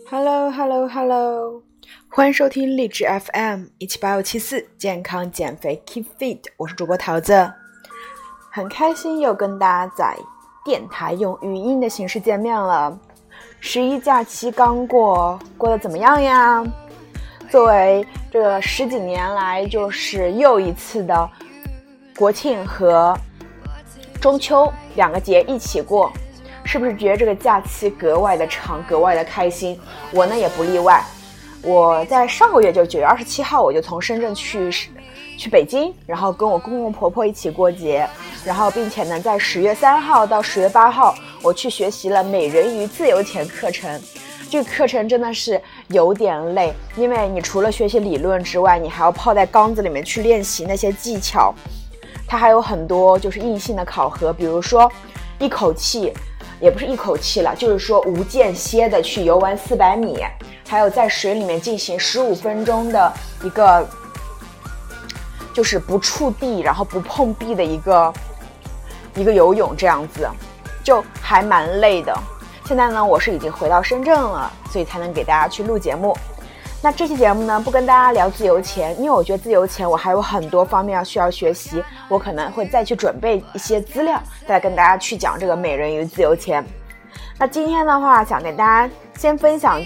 Hello， 欢迎收听励志 FM1787574健康减肥 Keep Fit， 我是主播桃子，很开心又跟大家在电台用语音的形式见面了。11假期刚过得怎么样呀？作为这个10几年来就是又一次的国庆和中秋两个节一起过，是不是觉得这个假期格外的长，格外的开心？我呢也不例外。我在上个月就9月27号我就从深圳去北京，然后跟我公公婆婆一起过节，然后并且呢在10月3号到10月8号我去学习了美人鱼自由潜课程。这个课程真的是有点累，因为你除了学习理论之外，你还要泡在缸子里面去练习那些技巧。它还有很多就是硬性的考核，比如说一口气，也不是一口气了，就是说无间歇的去游玩400米，还有在水里面进行15分钟的一个就是不触地然后不碰壁的一个游泳，这样子就还蛮累的。现在呢我是已经回到深圳了，所以才能给大家去录节目。那这期节目呢不跟大家聊自由潜，因为我觉得自由潜我还有很多方面需要学习，我可能会再去准备一些资料再跟大家去讲这个美人鱼自由潜。那今天的话想给大家先分享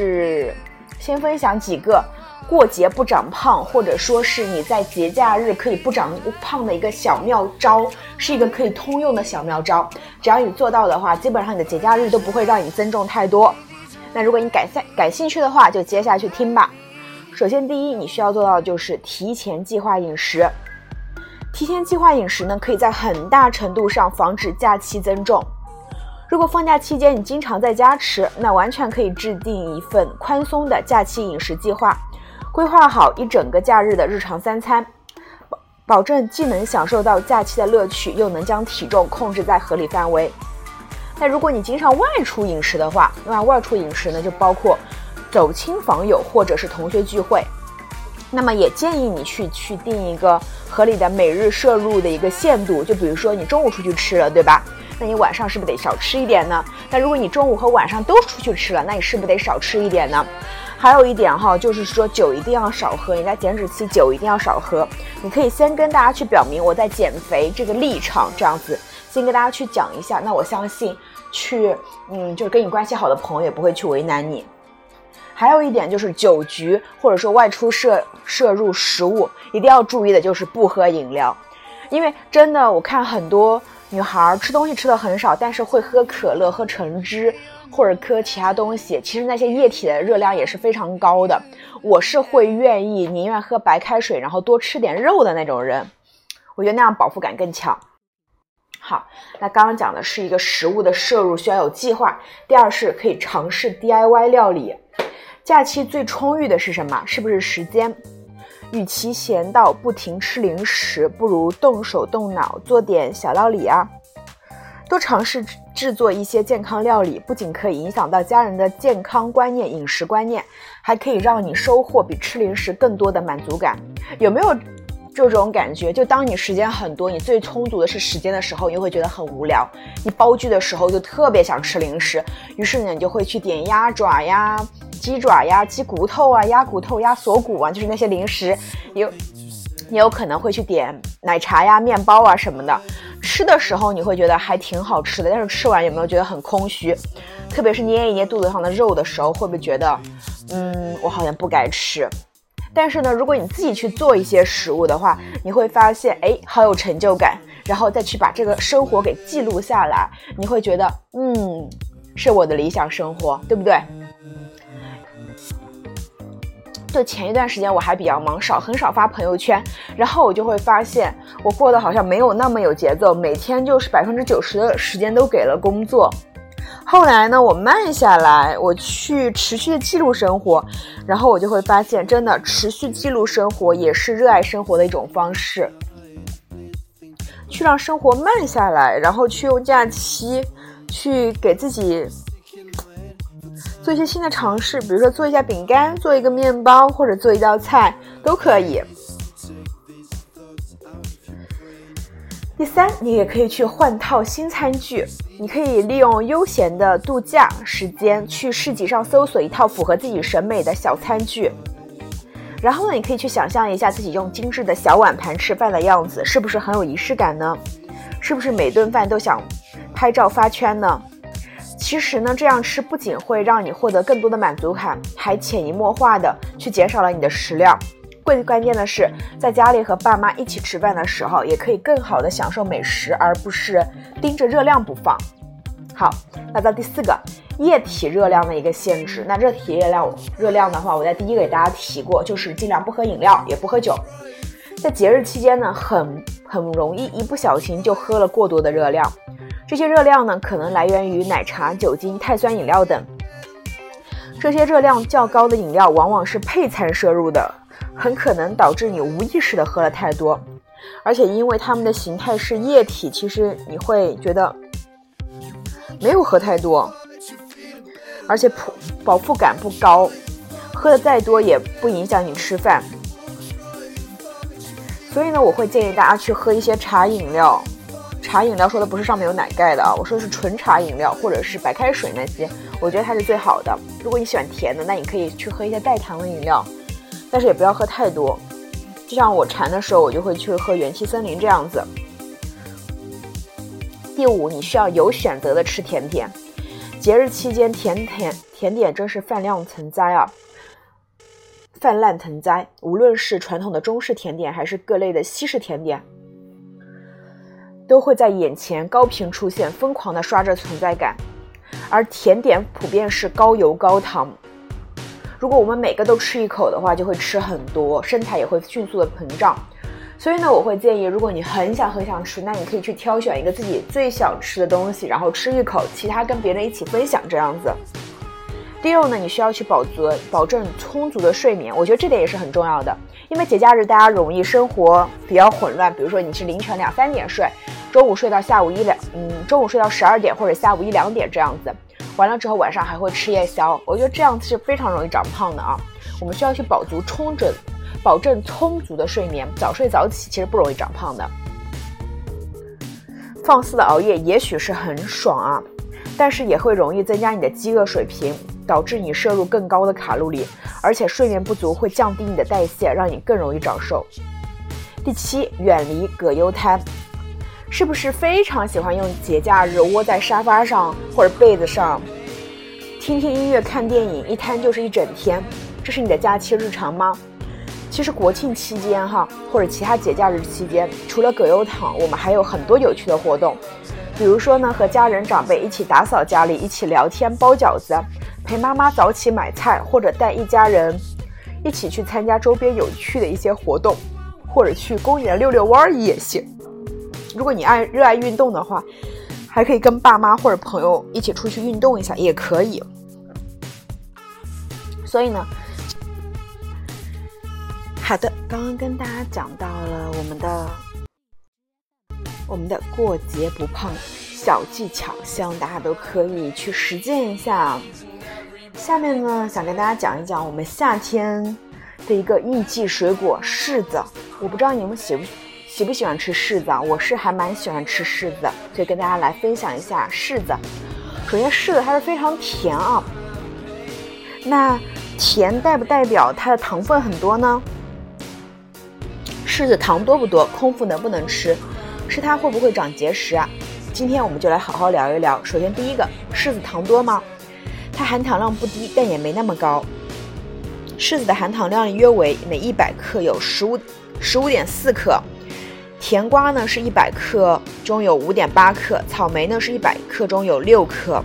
几个过节不长胖，或者说是你在节假日可以不长胖的一个小妙招，是一个可以通用的小妙招，只要你做到的话，基本上你的节假日都不会让你增重太多。那如果你感兴趣的话，就接下去听吧。首先第一，你需要做到的就是提前计划饮食。提前计划饮食呢，可以在很大程度上防止假期增重。如果放假期间你经常在家吃，那完全可以制定一份宽松的假期饮食计划，规划好一整个假日的日常三餐，保证既能享受到假期的乐趣，又能将体重控制在合理范围。那如果你经常外出饮食的话，那外出饮食呢就包括走亲访友或者是同学聚会，那么也建议你去定一个合理的每日摄入的一个限度，就比如说你中午出去吃了，对吧？那你晚上是不是得少吃一点呢？那如果你中午和晚上都出去吃了，那你是不是得少吃一点呢？还有一点就是说酒一定要少喝，你在减脂期酒一定要少喝。你可以先跟大家去表明我在减肥这个立场，这样子先跟大家去讲一下，那我相信就是跟你关系好的朋友也不会去为难你。还有一点就是酒局或者说外出摄入食物一定要注意的就是不喝饮料，因为真的我看很多女孩吃东西吃的很少，但是会喝可乐、喝橙汁或者喝其他东西，其实那些液体的热量也是非常高的。我是会宁愿喝白开水然后多吃点肉的那种人，我觉得那样饱腹感更强。好，那刚刚讲的是一个食物的摄入需要有计划，第二是可以尝试 DIY 料理。假期最充裕的是什么？是不是时间？与其闲到不停吃零食，不如动手动脑做点小料理啊。多尝试制作一些健康料理，不仅可以影响到家人的健康观念、饮食观念，还可以让你收获比吃零食更多的满足感。有没有这种感觉？就当你时间很多，你最充足的是时间的时候，你会觉得很无聊，你煲剧的时候就特别想吃零食，于是呢你就会去点鸭爪呀、鸡爪呀、鸡骨头啊、鸭骨头、鸭锁骨啊，就是那些零食，也有可能会去点奶茶呀、面包啊什么的。吃的时候你会觉得还挺好吃的，但是吃完有没有觉得很空虚？特别是捏一捏肚子上的肉的时候，会不会觉得我好像不该吃？但是呢，如果你自己去做一些食物的话，你会发现好有成就感，然后再去把这个生活给记录下来，你会觉得是我的理想生活，对不对？就前一段时间我还比较忙，很少发朋友圈，然后我就会发现我过得好像没有那么有节奏，每天就是90%的时间都给了工作。后来呢我慢下来，我去持续的记录生活，然后我就会发现真的持续记录生活也是热爱生活的一种方式，去让生活慢下来，然后去用假期去给自己做一些新的尝试，比如说做一下饼干，做一个面包，或者做一道菜都可以。 第三，你也可以去换套新餐具，你可以利用悠闲的度假时间去市集上搜索一套符合自己审美的小餐具，然后呢，你可以去想象一下自己用精致的小碗盘吃饭的样子，是不是很有仪式感呢？是不是每顿饭都想拍照发圈呢？其实呢，这样吃不仅会让你获得更多的满足感，还潜移默化的去减少了你的食量。最关键的是，在家里和爸妈一起吃饭的时候，也可以更好的享受美食，而不是盯着热量不放。好，那到第四个，液体热量的一个限制。那液体热量的话，我在第一个给大家提过，就是尽量不喝饮料，也不喝酒。在节日期间呢，很容易一不小心就喝了过多的热量。这些热量呢，可能来源于奶茶、酒精、碳酸饮料等。这些热量较高的饮料往往是配餐摄入的，很可能导致你无意识的喝了太多。而且因为它们的形态是液体，其实你会觉得没有喝太多，而且饱腹感不高，喝的再多也不影响你吃饭。所以呢，我会建议大家去喝一些茶饮料。茶饮料说的不是上面有奶盖的啊，我说的是纯茶饮料或者是白开水那些，我觉得它是最好的。如果你喜欢甜的，那你可以去喝一些带糖的饮料，但是也不要喝太多。就像我馋的时候，我就会去喝元气森林这样子。第五，你需要有选择的吃甜点。节日期间甜点真是泛滥成灾，无论是传统的中式甜点还是各类的西式甜点，都会在眼前高频出现，疯狂地刷着存在感。而甜点普遍是高油高糖，如果我们每个都吃一口的话，就会吃很多，身材也会迅速的膨胀。所以呢，我会建议，如果你很想吃，那你可以去挑选一个自己最想吃的东西，然后吃一口，其他跟别人一起分享这样子。第六呢，你需要去保证充足的睡眠，我觉得这点也是很重要的。因为节假日大家容易生活比较混乱，比如说你是凌晨2、3点睡，中午睡到中午睡到12点或者下午1、2点这样子，完了之后晚上还会吃夜宵，我觉得这样是非常容易长胖的啊。我们需要去保证充足的睡眠，早睡早起其实不容易长胖的。放肆的熬夜也许是很爽啊，但是也会容易增加你的饥饿水平，导致你摄入更高的卡路里，而且睡眠不足会降低你的代谢，让你更容易长瘦。第7，远离葛优瘫。是不是非常喜欢用节假日窝在沙发上或者被子上，听听音乐、看电影，一瘫就是一整天？这是你的假期日常吗？其实国庆期间或者其他节假日期间，除了葛优躺，我们还有很多有趣的活动。比如说呢，和家人长辈一起打扫家里，一起聊天、包饺子，陪妈妈早起买菜，或者带一家人一起去参加周边有趣的一些活动，或者去公园溜溜弯也行。如果你热爱运动的话，还可以跟爸妈或者朋友一起出去运动一下也可以。所以呢，好的，刚刚跟大家讲到了我们的过节不胖小技巧，希望大家都可以去实践一下。下面呢，想跟大家讲一讲我们夏天的一个应季水果柿子。我不知道你们喜不喜欢吃柿子啊？我是还蛮喜欢吃柿子的，所以跟大家来分享一下柿子。首先，柿子它是非常甜啊。那甜代不代表它的糖分很多呢？柿子糖多不多？空腹能不能吃？吃它会不会长结石啊？今天我们就来好好聊一聊。首先第一个，柿子糖多吗？它含糖量不低，但也没那么高。柿子的含糖量约为每100克有15.4克。甜瓜呢是100克中有5.8克，草莓呢是100克中有6克，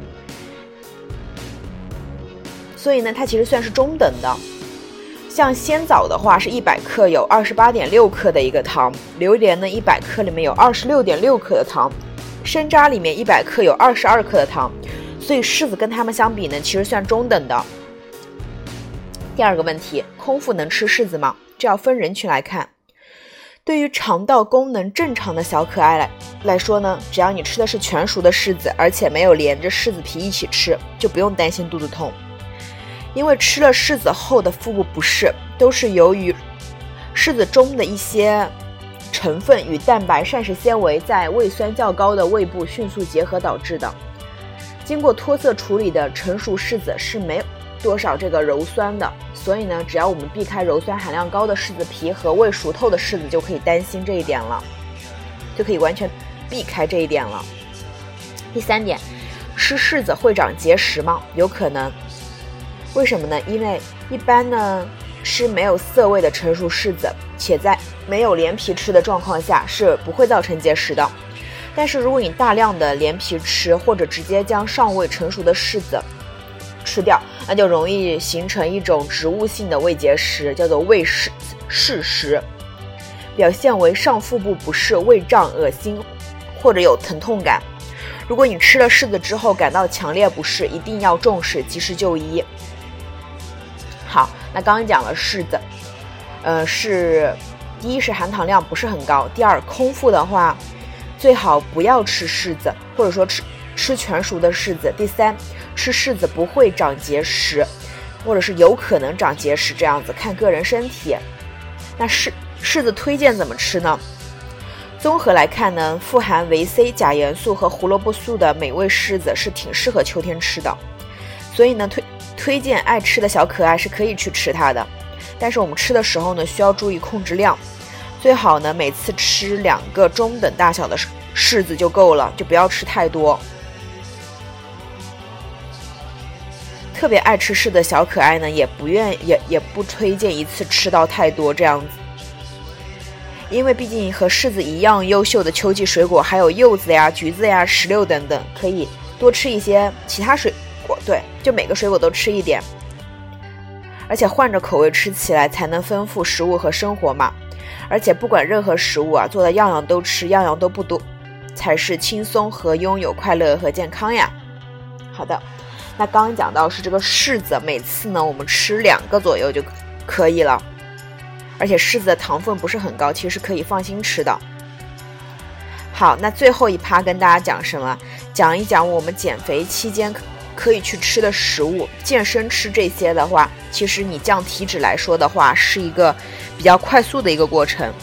所以呢它其实算是中等的。像鲜枣的话是100克有28.6克的一个糖，榴莲呢100克里面有26.6克的糖，山楂里面100克有22克的糖，所以柿子跟它们相比呢其实算中等的。第二个问题，空腹能吃柿子吗？这要分人群来看。对于肠道功能正常的小可爱来说呢，只要你吃的是全熟的柿子，而且没有连着柿子皮一起吃，就不用担心肚子痛。因为吃了柿子后的腹部不适，都是由于柿子中的一些成分与蛋白膳食纤维在胃酸较高的胃部迅速结合导致的。经过脱色处理的成熟柿子是没有多少这个鞣酸的，所以呢，只要我们避开鞣酸含量高的柿子皮和未熟透的柿子，就可以担心这一点了，就可以完全避开这一点了。第3点，吃柿子会长结石吗？有可能。为什么呢？因为一般呢，吃没有涩味的成熟柿子，且在没有连皮吃的状况下是不会造成结石的。但是如果你大量的连皮吃，或者直接将尚未成熟的柿子吃掉，那就容易形成一种植物性的胃结石，叫做胃柿石，表现为上腹部不适、胃胀、恶心或者有疼痛感。如果你吃了柿子之后感到强烈不适，一定要重视，及时就医。好，那刚刚讲了柿子，第一是含糖量不是很高，第二空腹的话最好不要吃柿子，或者说吃全熟的柿子。第三，吃柿子不会长结石，或者是有可能长结石，这样子看个人身体。那柿子推荐怎么吃呢？综合来看呢，富含维 C、钾盐素和胡萝卜素的美味柿子是挺适合秋天吃的，所以呢推荐爱吃的小可爱是可以去吃它的，但是我们吃的时候呢需要注意控制量，最好呢每次吃2个中等大小的柿子就够了，就不要吃太多。特别爱吃柿子的小可爱呢也不推荐一次吃到太多这样子，因为毕竟和柿子一样优秀的秋季水果还有柚子呀、橘子呀、石榴等等，可以多吃一些其他水果，对，就每个水果都吃一点，而且换着口味吃起来才能丰富食物和生活嘛。而且不管任何食物啊，做的样样都吃，样样都不多，才是轻松和拥有快乐和健康呀。好的，那刚刚讲到是这个柿子，每次呢我们吃2个左右就可以了，而且柿子的糖分不是很高，其实可以放心吃的。好，那最后一趴跟大家讲什么？讲一讲我们减肥期间可以去吃的食物。健身吃这些的话，其实你降体脂来说的话，是一个比较快速的一个过程。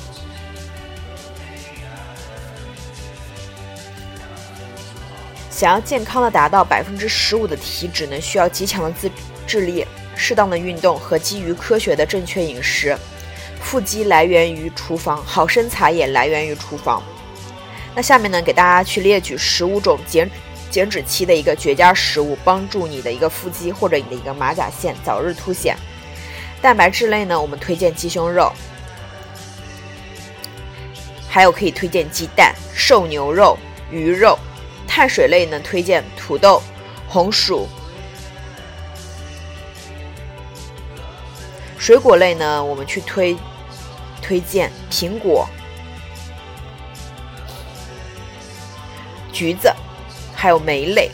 想要健康的达到15%的体脂呢，需要极强的自制力、适当的运动和基于科学的正确饮食。腹肌来源于厨房，好身材也来源于厨房。那下面呢，给大家去列举15种减脂期的一个绝佳食物，帮助你的一个腹肌或者你的一个马甲线早日凸显。蛋白质类呢，我们推荐鸡胸肉，还有可以推荐鸡蛋、瘦牛肉、鱼肉。碳水类呢，推荐土豆、红薯。水果类呢，我们去推荐苹果、橘子，还有莓类。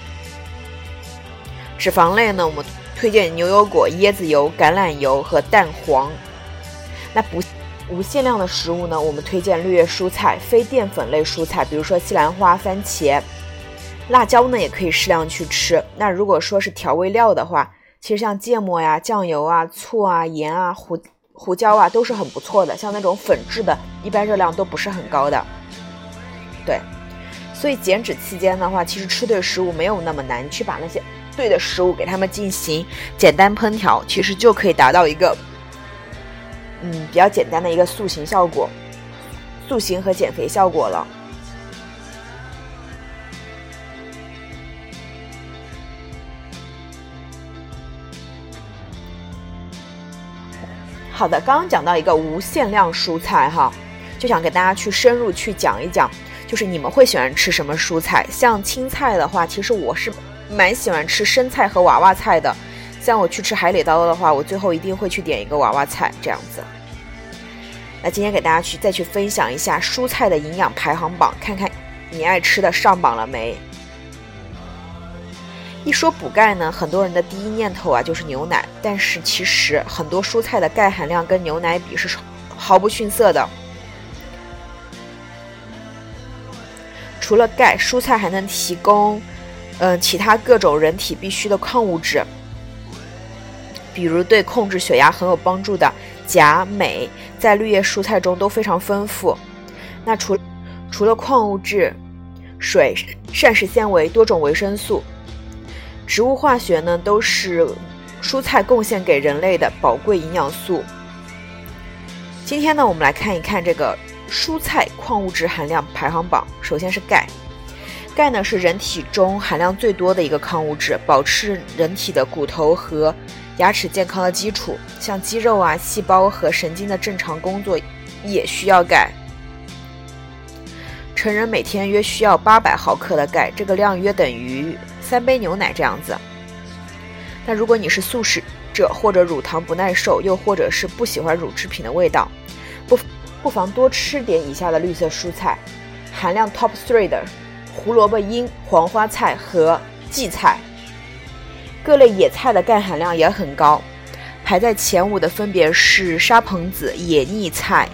脂肪类呢，我们推荐牛油果、椰子油、橄榄油和蛋黄。那无限量的食物呢，我们推荐绿叶蔬菜、非淀粉类蔬菜，比如说西兰花、番茄。辣椒呢也可以适量去吃。那如果说是调味料的话，其实像芥末呀、酱油啊、醋啊、盐啊、胡椒啊都是很不错的，像那种粉质的一般热量都不是很高的。对，所以减脂期间的话，其实吃对食物没有那么难，去把那些对的食物给它们进行简单烹调，其实就可以达到一个比较简单的一个塑形和减肥效果了。好的，刚刚讲到一个无限量蔬菜哈，就想给大家去深入去讲一讲，就是你们会喜欢吃什么蔬菜。像青菜的话，其实我是蛮喜欢吃生菜和娃娃菜的，像我去吃海底捞的话，我最后一定会去点一个娃娃菜这样子。那今天给大家再去分享一下蔬菜的营养排行榜，看看你爱吃的上榜了没。一说补钙呢，很多人的第一念头啊就是牛奶，但是其实很多蔬菜的钙含量跟牛奶比是毫不逊色的。除了钙，蔬菜还能提供其他各种人体必需的矿物质，比如对控制血压很有帮助的钾、镁，在绿叶蔬菜中都非常丰富。 那除了矿物质、水、膳食纤维、多种维生素，植物化学呢都是蔬菜贡献给人类的宝贵营养素。今天呢，我们来看一看这个蔬菜矿物质含量排行榜。首先是钙，钙呢是人体中含量最多的一个矿物质，保持人体的骨头和牙齿健康的基础。像肌肉啊、细胞和神经的正常工作也需要钙。成人每天约需要800毫克的钙，这个量约等于3杯牛奶这样子。那如果你是素食者或者乳糖不耐受，又或者是不喜欢乳制品的味道，不妨多吃点以下的绿色蔬菜。含量 top 3 的胡萝卜缨、黄花菜和荠菜。各类野菜的钙含量也很高，排在前5的分别是沙棚子、野苋菜、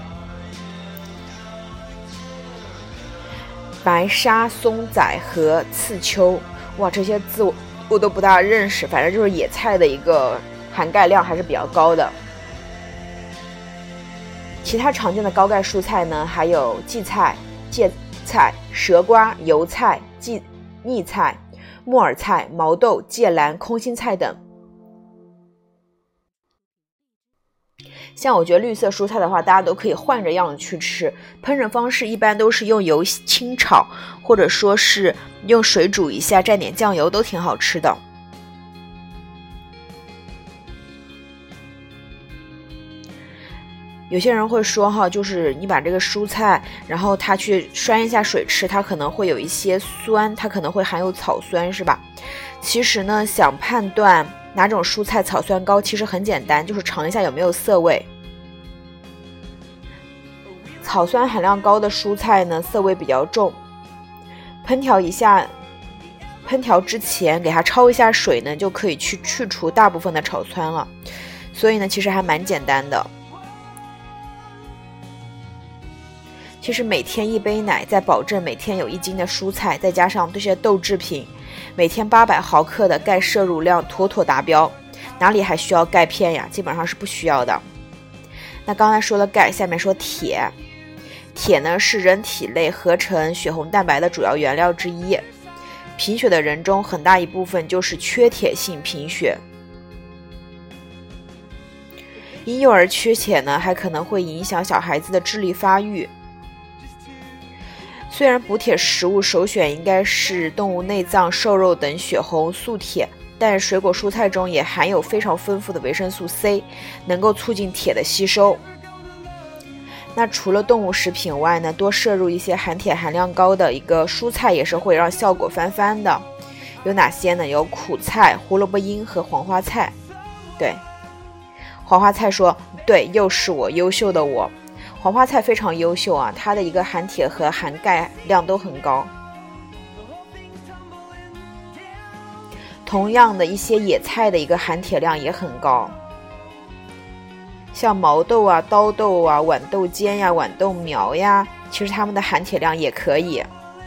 白沙松仔和刺秋。哇，这些字我都不大认识，反正就是野菜的一个含钙量还是比较高的。其他常见的高钙蔬菜呢，还有荠菜、芥菜、蛇瓜、油菜、荠菜、木耳菜、毛豆、芥蓝、空心菜等。像我觉得绿色蔬菜的话，大家都可以换着样子去吃。烹饪方式一般都是用油清炒，或者说是用水煮一下，蘸点酱油，都挺好吃的。有些人会说就是你把这个蔬菜，然后它去涮一下水吃，它可能会有一些酸，它可能会含有草酸，是吧？其实呢，想判断哪种蔬菜草酸高，其实很简单，就是尝一下有没有涩味。草酸含量高的蔬菜呢，涩味比较重。烹调之前给它焯一下水呢，就可以去除大部分的草酸了。所以呢，其实还蛮简单的。其实每天1杯奶，再保证每天有1斤的蔬菜，再加上这些豆制品，每天800毫克的钙摄入量妥妥达标。哪里还需要钙片呀？基本上是不需要的。那刚才说了钙，下面说铁。铁呢是人体内合成血红蛋白的主要原料之一。贫血的人中很大一部分就是缺铁性贫血。婴幼儿缺铁呢，还可能会影响小孩子的智力发育。虽然补铁食物首选应该是动物内脏、瘦肉等血红素铁，但水果蔬菜中也含有非常丰富的维生素 C， 能够促进铁的吸收。那除了动物食品外呢，多摄入一些含铁含量高的一个蔬菜也是会让效果翻番的。有哪些呢？有苦菜、胡萝卜缨和黄花菜。对，黄花菜说，对，又是我，优秀的我。黄花菜非常优秀啊，它的一个含铁和含钙量都很高。同样的一些野菜的一个含铁量也很高，像毛豆啊、刀豆啊、豌豆尖呀、豌豆苗呀，其实它们的含铁量也可以。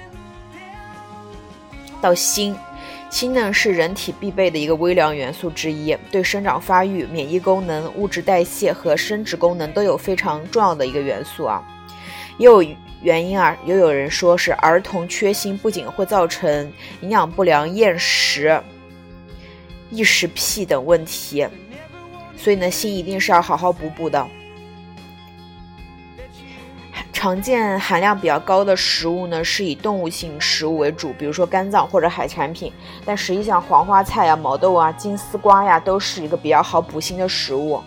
到锌呢是人体必备的一个微量元素之一，对生长发育、免疫功能、物质代谢和生殖功能都有非常重要的一个元素啊。也有原因啊，也有人说是儿童缺锌不仅会造成营养不良、厌食、异食癖等问题，所以呢，锌一定是要好好补的。常见含量比较高的食物呢，是以动物性食物为主，比如说肝脏或者海产品。但实际上，黄花菜啊、毛豆啊、金丝瓜呀，都是一个比较好补锌的食物。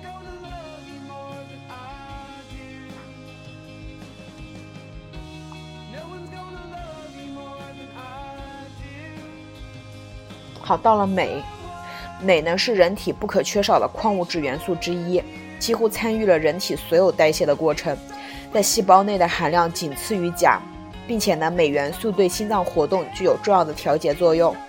好，到了镁。镁呢是人体不可缺少的矿物质元素之一，几乎参与了人体所有代谢的过程，在细胞内的含量仅次于钾，并且呢，镁元素对心脏活动具有重要的调节作用。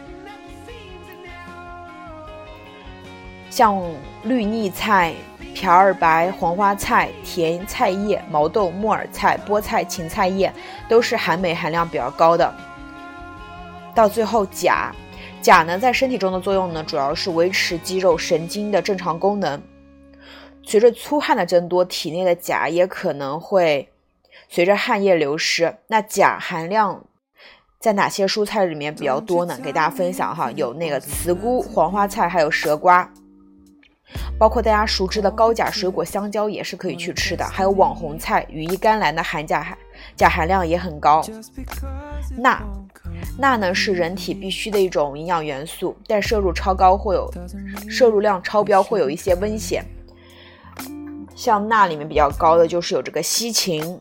像绿苋菜、瓢儿白、黄花菜、甜菜叶、毛豆、木耳菜、菠菜、芹菜叶都是含镁含量比较高的。到最后钾呢，在身体中的作用呢，主要是维持肌肉、神经的正常功能。随着出汗的增多，体内的钾也可能会随着汗液流失，那钾含量在哪些蔬菜里面比较多呢？给大家分享哈，有那个茨菇、黄花菜，还有蛇瓜，包括大家熟知的高钾水果香蕉也是可以去吃的，还有网红菜、羽衣甘蓝的钾含量也很高。钠呢是人体必须的一种营养元素，但摄入量超标会有一些危险。像钠里面比较高的就是有这个西芹，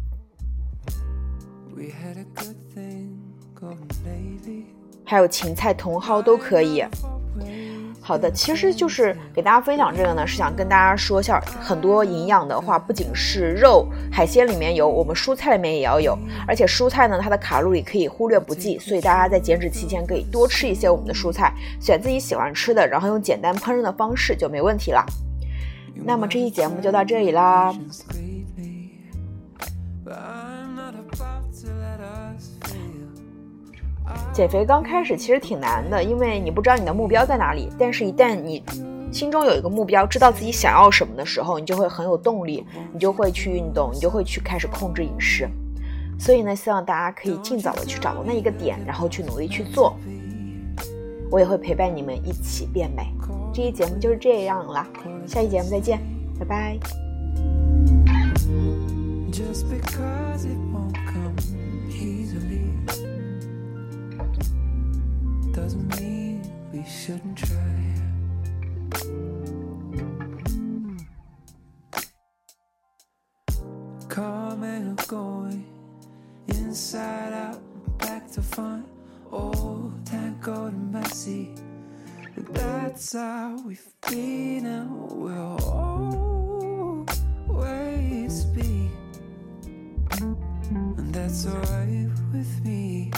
还有芹菜、茼蒿都可以。好的，其实就是给大家分享这个呢，是想跟大家说，像很多营养的话，不仅是肉、海鲜里面有，我们蔬菜里面也要有。而且蔬菜呢，它的卡路里可以忽略不计，所以大家在减脂期间可以多吃一些我们的蔬菜，选自己喜欢吃的，然后用简单烹饪的方式就没问题了。那么这期节目就到这里啦。减肥刚开始其实挺难的，因为你不知道你的目标在哪里，但是一旦你心中有一个目标，知道自己想要什么的时候，你就会很有动力，你就会去运动，你就会去开始控制饮食。所以呢，希望大家可以尽早的去找到那一个点，然后去努力去做。我也会陪伴你们一起变美。这期节目就是这样啦，下期节目再见，拜拜。Just because it won't come easily doesn't mean we shouldn't try. Coming or going, inside out, back to front, old tangled and messy. But that's how we've been and we'll always be. And that's alright with me.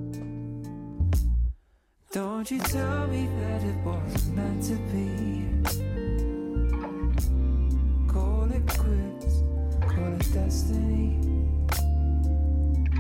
Don't you tell me that it wasn't meant to be. Call it quits, call it destiny.